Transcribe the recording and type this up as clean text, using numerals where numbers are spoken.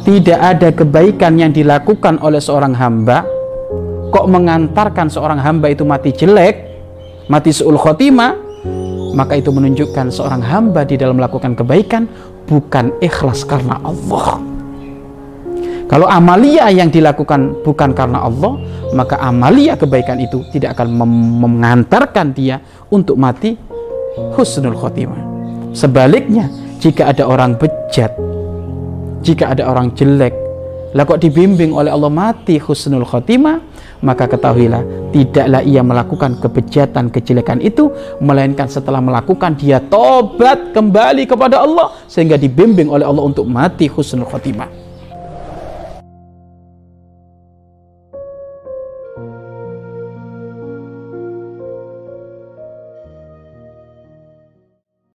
Tidak ada kebaikan yang dilakukan oleh seorang hamba kok mengantarkan seorang hamba itu mati jelek, mati su'ul khotimah, maka itu menunjukkan seorang hamba di dalam melakukan kebaikan bukan ikhlas karena Allah. Kalau amalia yang dilakukan bukan karena Allah, maka amalia kebaikan itu tidak akan mengantarkan dia untuk mati husnul khotimah. Sebaliknya, jika ada orang bejat, jika ada orang jelek, lah kok dibimbing oleh Allah mati husnul khotimah, maka ketahuilah tidaklah ia melakukan kebejatan, kejelekan itu, melainkan setelah melakukan dia tobat kembali kepada Allah sehingga dibimbing oleh Allah untuk mati husnul khotimah.